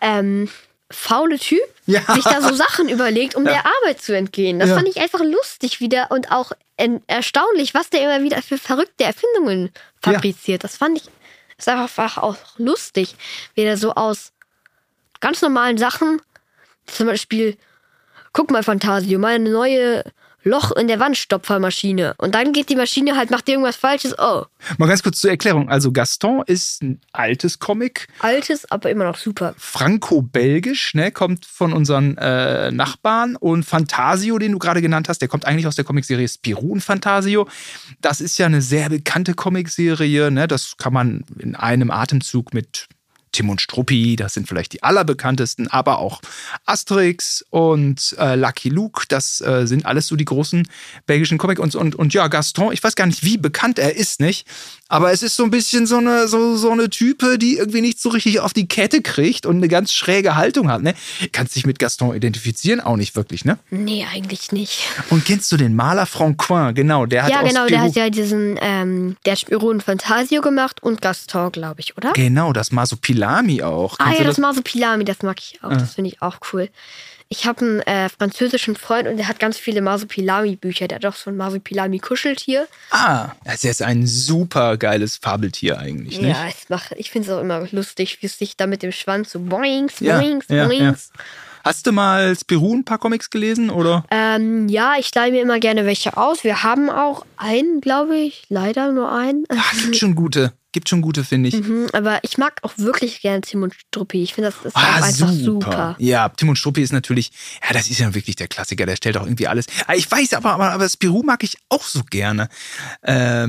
faule Typ sich da so Sachen überlegt, um der Arbeit zu entgehen. Das fand ich einfach lustig wieder und auch erstaunlich, was der immer wieder für verrückte Erfindungen fabriziert. Das fand ich ist einfach auch lustig, wie der so aus ganz normalen Sachen, zum Beispiel, guck mal, Fantasio, meine neue Loch in der Wandstopfermaschine. Und dann geht die Maschine halt, macht irgendwas Falsches. Oh. Mal ganz kurz zur Erklärung. Also Gaston ist ein altes Comic. Altes, aber immer noch super. Franco-belgisch, ne? Kommt von unseren Nachbarn. Und Fantasio, den du gerade genannt hast, der kommt eigentlich aus der Comicserie Spirou und Fantasio. Das ist ja eine sehr bekannte Comicserie, ne? Das kann man in einem Atemzug mit Tim und Struppi, das sind vielleicht die allerbekanntesten, aber auch Asterix und Lucky Luke, das sind alles so die großen belgischen Comic. Und ja, Gaston, ich weiß gar nicht, wie bekannt er ist, nicht? Aber es ist so ein bisschen so eine Type, die irgendwie nicht so richtig auf die Kette kriegt und eine ganz schräge Haltung hat, ne? Kannst dich mit Gaston identifizieren? Auch nicht wirklich, ne? Nee, eigentlich nicht. Und kennst du den Maler Francoin? Genau, der hat der hat ja diesen, der hat Spirou und Fantasio gemacht und Gaston, glaube ich, oder? Genau, das Masopilami auch. Kennst du das Masopilami, das mag ich auch, das finde ich auch cool. Ich habe einen französischen Freund und der hat ganz viele Masopilami-Bücher. Der hat auch so ein Masopilami-Kuscheltier. Also er ist ein super geiles Fabeltier eigentlich, nicht? Ja, ich finde es auch immer lustig, wie es sich da mit dem Schwanz so boings, boings, boings. Hast du mal Spirou ein paar Comics gelesen, oder? Ja, ich leihe mir immer gerne welche aus. Wir haben auch einen, glaube ich, leider nur einen. Gibt schon gute, finde ich. Aber ich mag auch wirklich gerne Tim und Struppi. Ich finde, das ist auch einfach super. Ja, Tim und Struppi ist natürlich, ja, das ist ja wirklich der Klassiker, der stellt auch irgendwie alles. Ich weiß, aber Spirou mag ich auch so gerne. Falls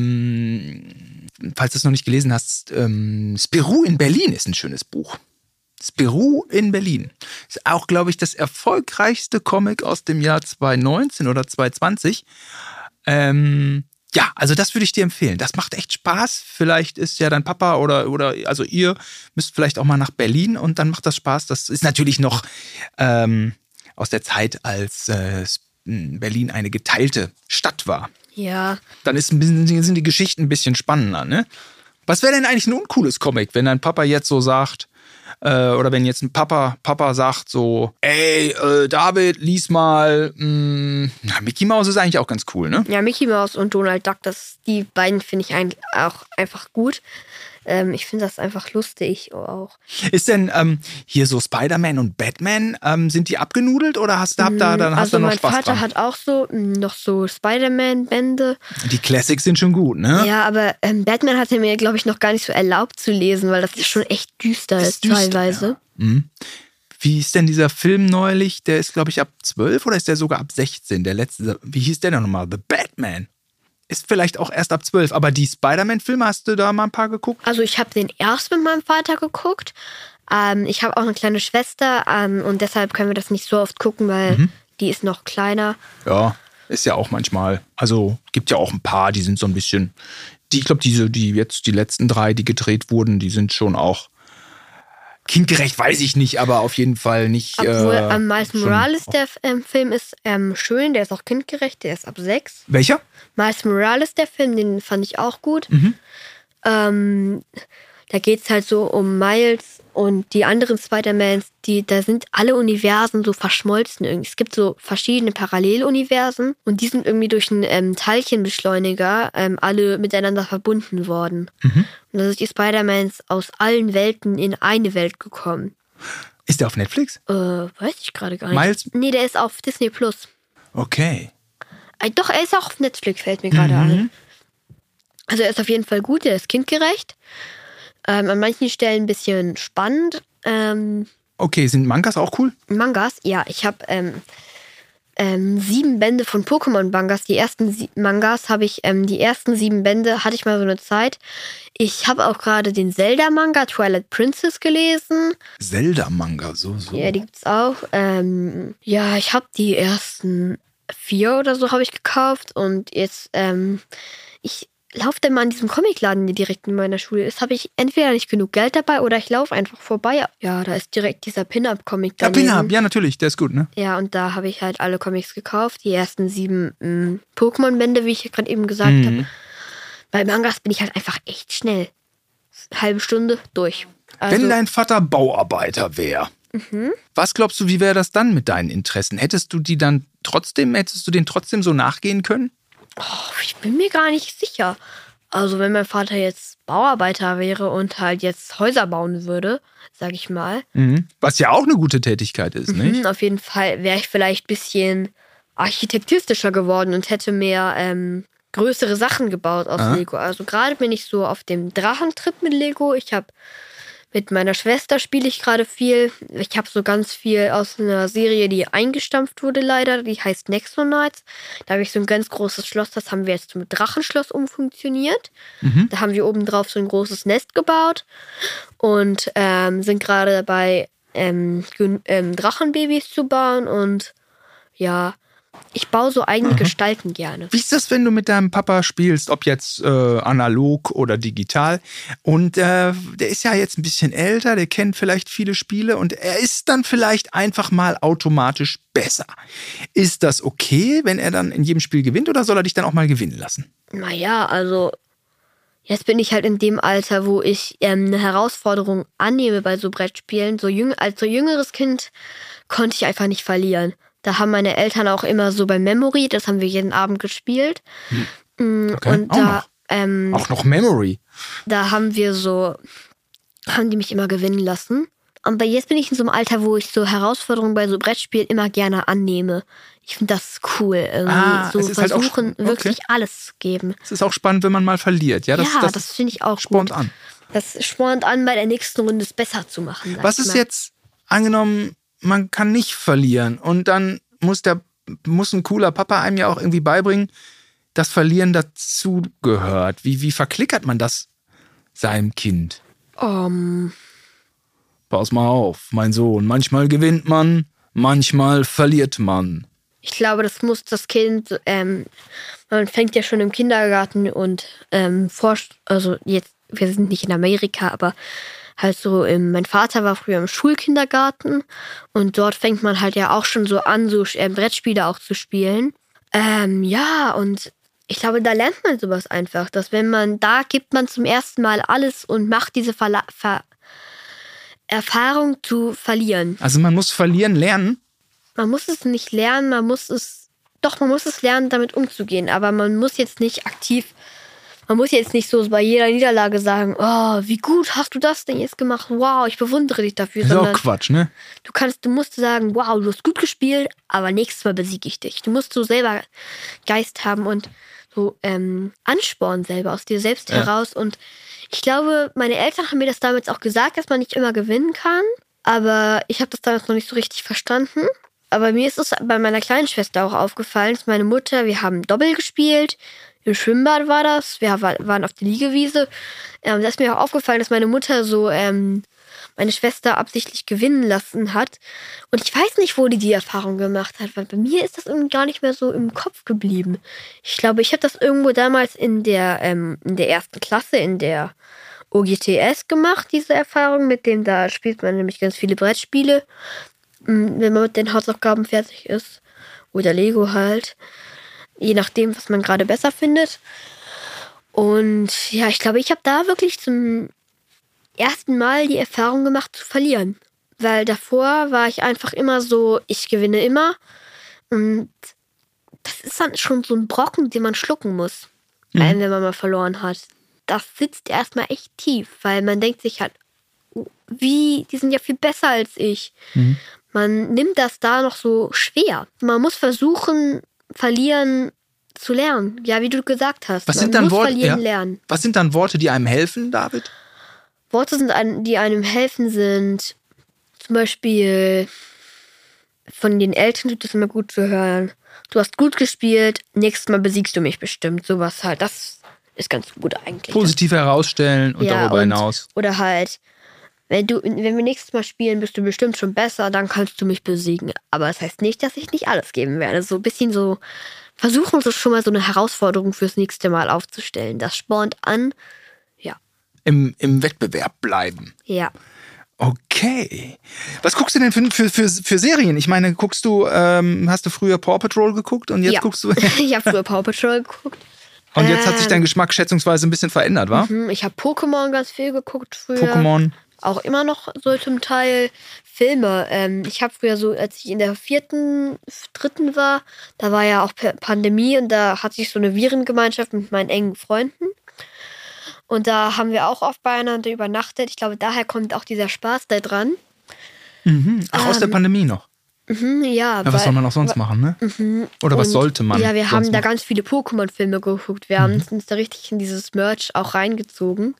du es noch nicht gelesen hast, Spirou in Berlin ist ein schönes Buch. Spirou in Berlin. Ist auch, glaube ich, das erfolgreichste Comic aus dem Jahr 2019 oder 2020. Ja, also das würde ich dir empfehlen. Das macht echt Spaß. Vielleicht ist ja dein Papa oder also ihr müsst vielleicht auch mal nach Berlin und dann macht das Spaß. Das ist natürlich noch aus der Zeit, als Berlin eine geteilte Stadt war. Ja. Dann sind die Geschichten ein bisschen spannender, ne? Was wäre denn eigentlich ein uncooles Comic, wenn dein Papa jetzt so sagt, oder wenn jetzt ein Papa sagt so, ey, David, lies mal, Mickey Mouse ist eigentlich auch ganz cool, ne? Ja, Mickey Mouse und Donald Duck, die beiden finde ich eigentlich auch einfach gut. Ich finde das einfach lustig auch. Ist denn hier so Spider-Man und Batman, sind die abgenudelt oder hast du da noch Spaß dran? Mein Vater hat auch noch so Spider-Man-Bände. Die Classics sind schon gut, ne? Ja, aber Batman hat er mir, glaube ich, noch gar nicht so erlaubt zu lesen, weil das ist schon echt düster ist teilweise. Ja. Wie ist denn dieser Film neulich? Der ist, glaube ich, ab 12 oder ist der sogar ab 16? Der letzte, wie hieß der denn nochmal? The Batman. Ist vielleicht auch erst ab 12, aber die Spider-Man-Filme, hast du da mal ein paar geguckt? Also ich habe den erst mit meinem Vater geguckt. Ich habe auch eine kleine Schwester und deshalb können wir das nicht so oft gucken, weil die ist noch kleiner. Ja, ist ja auch manchmal. Also gibt ja auch ein paar, die sind so ein bisschen, ich glaube, die letzten 3, die gedreht wurden, die sind schon auch kindgerecht, weiß ich nicht, aber auf jeden Fall nicht. Obwohl Miles Morales, der Film ist schön, der ist auch kindgerecht, der ist ab 6. Welcher? Miles Morales, der Film, den fand ich auch gut. Da geht es halt so um Miles und die anderen Spider-Mans, da sind alle Universen so verschmolzen irgendwie. Es gibt so verschiedene Paralleluniversen und die sind irgendwie durch einen Teilchenbeschleuniger alle miteinander verbunden worden. Und da sind die Spider-Mans aus allen Welten in eine Welt gekommen. Ist der auf Netflix? Weiß ich gerade gar nicht. Miles? Nee, der ist auf Disney+. Okay. Doch, er ist auch auf Netflix, fällt mir gerade ein. Also er ist auf jeden Fall gut, er ist kindgerecht. An manchen Stellen ein bisschen spannend. Okay, sind Mangas auch cool? Mangas, ja. Ich habe 7 Bände von Pokémon-Mangas. Die ersten Mangas habe ich, die ersten 7 Bände hatte ich mal so eine Zeit. Ich habe auch gerade den Zelda-Manga Twilight Princess gelesen. Zelda-Manga, so. Ja, die gibt's auch. Ja, ich habe die ersten 4 oder so habe ich gekauft und jetzt, ich laufe dann mal an diesem Comicladen, der direkt in meiner Schule ist, habe ich entweder nicht genug Geld dabei oder ich laufe einfach vorbei. Ja, da ist direkt dieser Pin-Up-Comic daneben. Ja, Pin-Up, ja natürlich, der ist gut, ne? Ja, und da habe ich halt alle Comics gekauft, die ersten 7 Pokémon-Bände, wie ich gerade eben gesagt habe. Bei Mangas bin ich halt einfach echt schnell. Halbe Stunde durch. Also, wenn dein Vater Bauarbeiter wäre, was glaubst du, wie wäre das dann mit deinen Interessen? Hättest du denen trotzdem so nachgehen können? Ich bin mir gar nicht sicher. Also wenn mein Vater jetzt Bauarbeiter wäre und halt jetzt Häuser bauen würde, sag ich mal. Was ja auch eine gute Tätigkeit ist, nicht? Auf jeden Fall wäre ich vielleicht ein bisschen architektistischer geworden und hätte mehr größere Sachen gebaut aus Lego. Also gerade bin ich so auf dem Drachentrip mit Lego. Mit meiner Schwester spiele ich gerade viel. Ich habe so ganz viel aus einer Serie, die eingestampft wurde leider. Die heißt Nexonites. Da habe ich so ein ganz großes Schloss. Das haben wir jetzt zum Drachenschloss umfunktioniert. Da haben wir oben drauf so ein großes Nest gebaut. Und sind gerade dabei, Drachenbabys zu bauen. Und ja, ich baue so eigene Gestalten gerne. Wie ist das, wenn du mit deinem Papa spielst, ob jetzt analog oder digital? Und der ist ja jetzt ein bisschen älter, der kennt vielleicht viele Spiele und er ist dann vielleicht einfach mal automatisch besser. Ist das okay, wenn er dann in jedem Spiel gewinnt oder soll er dich dann auch mal gewinnen lassen? Naja, also jetzt bin ich halt in dem Alter, wo ich eine Herausforderung annehme bei so Brettspielen. Als so jüngeres Kind konnte ich einfach nicht verlieren. Da haben meine Eltern auch immer so bei Memory, das haben wir jeden Abend gespielt. Okay. Und da auch noch Memory. Da haben die mich immer gewinnen lassen. Aber jetzt bin ich in so einem Alter, wo ich so Herausforderungen bei so Brettspielen immer gerne annehme. Ich finde das cool. Irgendwie so es ist halt auch versuchen, wirklich alles zu geben. Es ist auch spannend, wenn man mal verliert. Ja, das finde ich auch spornt gut. an. Das spornt an, bei der nächsten Runde es besser zu machen. Was ist jetzt, angenommen, man kann nicht verlieren und dann muss ein cooler Papa einem ja auch irgendwie beibringen, dass Verlieren dazugehört. Wie verklickert man das seinem Kind? Pass mal auf, mein Sohn. Manchmal gewinnt man, manchmal verliert man. Ich glaube, das muss das Kind, man fängt ja schon im Kindergarten und forscht, also jetzt, wir sind nicht in Amerika, aber halt so, mein Vater war früher im Schulkindergarten und dort fängt man halt ja auch schon so an, so Brettspiele auch zu spielen. Ja, und ich glaube, da lernt man sowas einfach, dass da gibt man zum ersten Mal alles und macht diese Erfahrung zu verlieren. Also man muss verlieren lernen? Man muss es nicht lernen, man muss es lernen, damit umzugehen. Aber man muss jetzt nicht so bei jeder Niederlage sagen, oh, wie gut hast du das denn jetzt gemacht? Wow, ich bewundere dich dafür. Das ist auch Quatsch, ne? Du musst sagen, wow, du hast gut gespielt, aber nächstes Mal besiege ich dich. Du musst so selber Geist haben und so Ansporn selber aus dir selbst heraus. Und ich glaube, meine Eltern haben mir das damals auch gesagt, dass man nicht immer gewinnen kann. Aber ich habe das damals noch nicht so richtig verstanden. Aber mir ist es bei meiner kleinen Schwester auch aufgefallen, dass meine Mutter, wir haben Doppel gespielt, im Schwimmbad war das, wir waren auf der Liegewiese. Da ist mir auch aufgefallen, dass meine Mutter so meine Schwester absichtlich gewinnen lassen hat. Und ich weiß nicht, wo die Erfahrung gemacht hat, weil bei mir ist das irgendwie gar nicht mehr so im Kopf geblieben. Ich glaube, ich habe das irgendwo damals in der 1. Klasse, in der OGTS gemacht, diese Erfahrung, da spielt man nämlich ganz viele Brettspiele, wenn man mit den Hausaufgaben fertig ist. Oder Lego halt. Je nachdem, was man gerade besser findet. Und ja, ich glaube, ich habe da wirklich zum ersten Mal die Erfahrung gemacht, zu verlieren. Weil davor war ich einfach immer so, ich gewinne immer. Und das ist dann schon so ein Brocken, den man schlucken muss, wenn man mal verloren hat. Das sitzt erstmal echt tief, weil man denkt sich halt, die sind ja viel besser als ich. Man nimmt das da noch so schwer. Man muss versuchen, verlieren zu lernen. Ja, wie du gesagt hast. Was sind dann Worte, die einem helfen, David? Worte, die einem helfen, sind zum Beispiel von den Eltern tut es immer gut zu hören. Du hast gut gespielt, nächstes Mal besiegst du mich bestimmt. Sowas halt, das ist ganz gut eigentlich. Positiv herausstellen und darüber hinaus. Oder halt, wenn wir nächstes Mal spielen, bist du bestimmt schon besser, dann kannst du mich besiegen. Aber das heißt nicht, dass ich nicht alles geben werde. So ein bisschen so versuchen, so schon mal so eine Herausforderung fürs nächste Mal aufzustellen. Das spornt an. Ja. Im Wettbewerb bleiben. Ja. Okay. Was guckst du denn für Serien? Ich meine, hast du früher Paw Patrol geguckt und jetzt guckst du... Ich habe früher Paw Patrol geguckt. Und jetzt hat sich dein Geschmack schätzungsweise ein bisschen verändert, wa? Ich habe Pokémon ganz viel geguckt früher. Pokémon. Auch immer noch so zum Teil Filme. Ich habe früher so, als ich in der 3. war, da war ja auch Pandemie und da hatte ich so eine Virengemeinschaft mit meinen engen Freunden. Und da haben wir auch oft beieinander übernachtet. Ich glaube, daher kommt auch dieser Spaß da dran. Ach, aus der Pandemie noch? Ja. Was soll man auch sonst machen, ne? Oder was sollte man? Ja, wir haben da ganz viele Pokémon-Filme geguckt. Wir haben uns da richtig in dieses Merch auch reingezogen.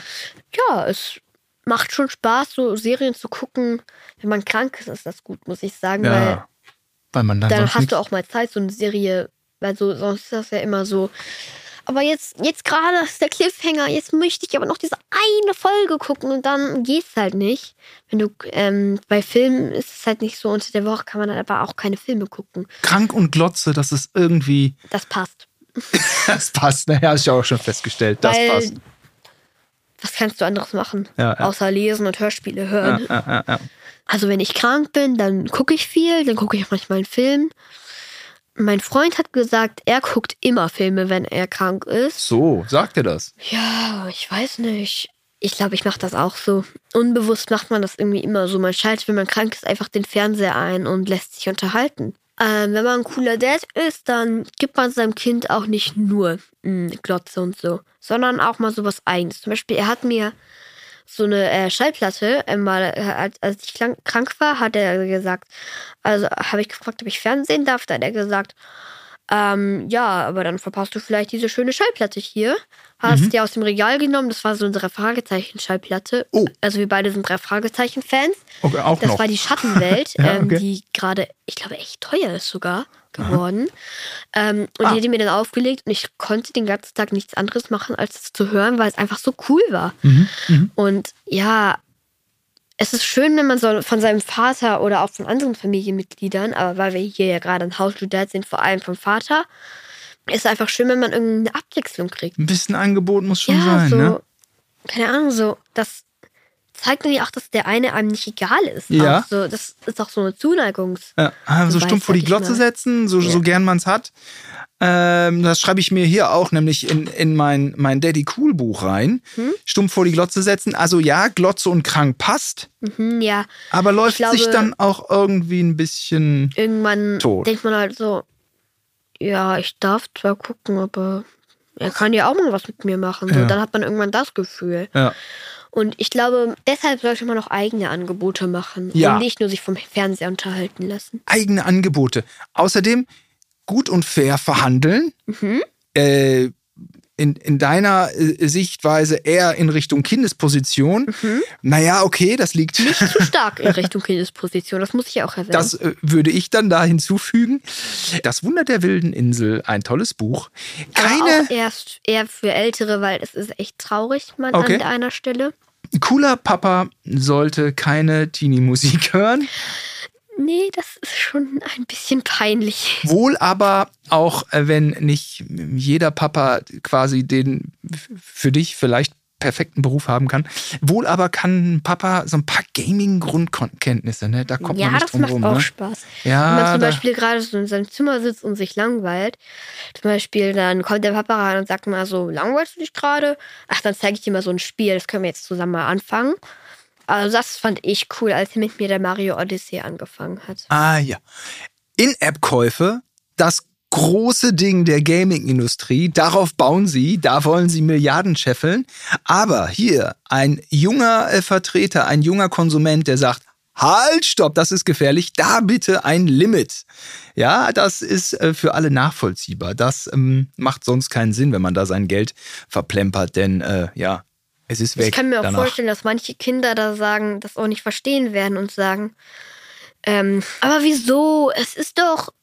Ja, es macht schon Spaß, so Serien zu gucken. Wenn man krank ist das gut, muss ich sagen. Ja, weil man dann hast du auch mal Zeit, so eine Serie, weil sonst ist das ja immer so. Aber jetzt gerade ist der Cliffhanger, jetzt möchte ich aber noch diese eine Folge gucken und dann geht's halt nicht. Wenn du, bei Filmen ist es halt nicht so, unter der Woche kann man dann aber auch keine Filme gucken. Krank und Glotze, das ist irgendwie... Das passt. Das passt, naja, hast du auch schon festgestellt, das passt. Was kannst du anderes machen? Ja. Außer lesen und Hörspiele hören. Ja. Also wenn ich krank bin, dann gucke ich viel, dann gucke ich auch manchmal einen Film. Mein Freund hat gesagt, er guckt immer Filme, wenn er krank ist. So, sagt er das? Ja, ich weiß nicht. Ich glaube, ich mache das auch so. Unbewusst macht man das irgendwie immer so. Man schaltet, wenn man krank ist, einfach den Fernseher ein und lässt sich unterhalten. Wenn man ein cooler Dad ist, dann gibt man seinem Kind auch nicht nur Glotze und so, sondern auch mal sowas Eigenes. Zum Beispiel, er hat mir so eine Schallplatte. Als ich krank war, hat er gesagt, also habe ich gefragt, ob ich Fernsehen darf. Da hat er gesagt, ja, aber dann verpasst du vielleicht diese schöne Schallplatte hier. Hast die aus dem Regal genommen. Das war so eine 3-Fragezeichen-Schallplatte. Oh. Also wir beide sind 3-Fragezeichen-Fans. Okay, auch das noch. war die Schattenwelt, Ja, okay. die gerade, ich glaube, echt teuer ist sogar geworden. Und die hat die mir dann aufgelegt und ich konnte den ganzen Tag nichts anderes machen, als es zu hören, weil es einfach so cool war. Und ja, es ist schön, wenn man so von seinem Vater oder auch von anderen Familienmitgliedern, aber weil wir hier ja gerade ein How to Dad sind, vor allem vom Vater, ist es einfach schön, wenn man irgendeine Abwechslung kriegt. Ein bisschen Angebot muss schon Ja, sein, so, ne? keine Ahnung, so, das zeigt mir auch, dass der eine einem nicht egal ist. Ja. Auch so, das ist auch so eine Zuneigungs. Ja, so stumpf vor die Glotze setzen, so gern man es hat. Das schreibe ich mir hier auch nämlich in mein Daddy Cool Buch rein. Stumpf vor die Glotze setzen. Also ja, Glotze und krank passt. Ja. Aber läuft glaube, sich dann auch irgendwie ein bisschen irgendwann tot. denkt man halt so, ja, ich darf zwar gucken, aber er kann ja auch mal was mit mir machen. So, dann hat man irgendwann das Gefühl. Ja. Und ich glaube, deshalb sollte man auch eigene Angebote machen Ja. und nicht nur sich vom Fernseher unterhalten lassen. Eigene Angebote. Außerdem gut und fair verhandeln. In deiner Sichtweise eher in Richtung Kindesposition. Naja, okay, das liegt. Nicht zu stark in Richtung Kindesposition, das muss ich ja auch erwähnen. Das würde ich dann da hinzufügen. Das Wunder der wilden Insel, ein tolles Buch. Aber auch eher für Ältere, weil es ist echt traurig an einer Stelle. Cooler Papa sollte keine Teenie-Musik hören. Nee, das ist schon ein bisschen peinlich. Wohl aber auch, wenn nicht jeder Papa quasi den für dich vielleicht perfekten Beruf haben kann. Wohl aber kann ein Papa so ein paar Gaming-Grundkenntnisse, ne? Da kommt man nicht drum rum. Ja, das macht auch ne? Spaß. Ja, wenn man zum Beispiel gerade so in seinem Zimmer sitzt und sich langweilt, zum Beispiel, dann kommt der Papa rein und sagt mal so, langweilst du dich gerade? Ach, dann zeige ich dir mal so ein Spiel, das können wir jetzt zusammen mal anfangen. Also das fand ich cool, als er mit mir der Mario Odyssey angefangen hat. Ah ja. In-App-Käufe, das große Ding der Gaming-Industrie, darauf bauen sie, da wollen sie Milliarden scheffeln. Aber hier ein junger Vertreter, ein junger Konsument, der sagt, halt, stopp, das ist gefährlich, da bitte ein Limit. Ja, das ist für alle nachvollziehbar. Das macht sonst keinen Sinn, wenn man da sein Geld verplempert, denn es ist weg. Ich kann mir auch danach. vorstellen, dass manche Kinder da sagen, das auch nicht verstehen werden und sagen, aber wieso? Es ist doch...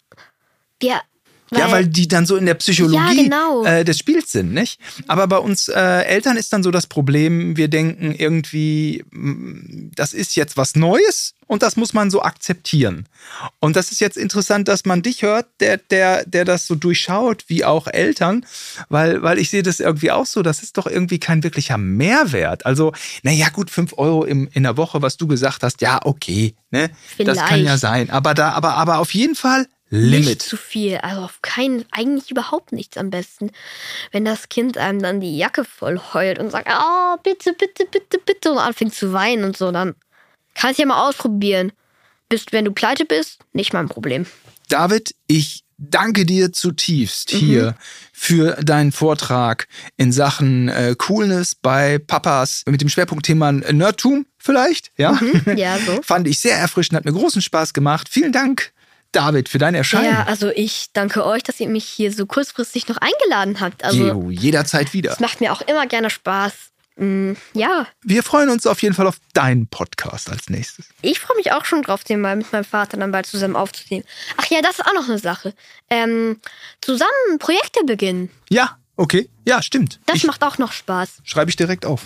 Weil die dann so in der Psychologie des Spiels sind, nicht? Aber bei uns Eltern ist dann so das Problem, wir denken irgendwie, das ist jetzt was Neues und das muss man so akzeptieren. Und das ist jetzt interessant, dass man dich hört, der das so durchschaut, wie auch Eltern, weil ich sehe das irgendwie auch so, das ist doch irgendwie kein wirklicher Mehrwert. Also, naja gut, 5 Euro in der Woche, was du gesagt hast, ja, okay, ne? Das kann ja sein. Aber auf jeden Fall Limit. Nicht zu viel, also eigentlich überhaupt nichts am besten. Wenn das Kind einem dann die Jacke voll heult und sagt, oh, bitte, bitte, bitte, bitte und anfängt zu weinen und so, dann kannst du ja mal ausprobieren. Wenn du pleite bist, nicht mein Problem. David, ich danke dir zutiefst hier für deinen Vortrag in Sachen Coolness bei Papas mit dem Schwerpunktthema Nerdtum vielleicht. Ja, ja, so. Fand ich sehr erfrischend, hat mir großen Spaß gemacht. Vielen Dank, David, für dein Erscheinen. Ja, also ich danke euch, dass ihr mich hier so kurzfristig noch eingeladen habt. Also jederzeit wieder. Es macht mir auch immer gerne Spaß. Ja. Wir freuen uns auf jeden Fall auf deinen Podcast als nächstes. Ich freue mich auch schon drauf, den mal mit meinem Vater dann bald zusammen aufzunehmen. Ach ja, das ist auch noch eine Sache. Zusammen Projekte beginnen. Ja, okay. Ja, stimmt. Das macht auch noch Spaß. Schreibe ich direkt auf.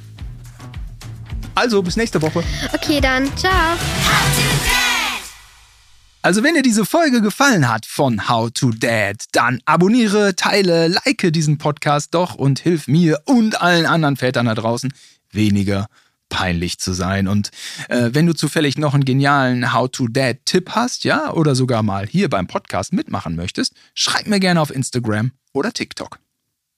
Also, bis nächste Woche. Okay, dann. Ciao. Also wenn dir diese Folge gefallen hat von How to Dad, dann abonniere, teile, like diesen Podcast doch und hilf mir und allen anderen Vätern da draußen, weniger peinlich zu sein. Und wenn du zufällig noch einen genialen How to Dad Tipp hast, ja, oder sogar mal hier beim Podcast mitmachen möchtest, schreib mir gerne auf Instagram oder TikTok.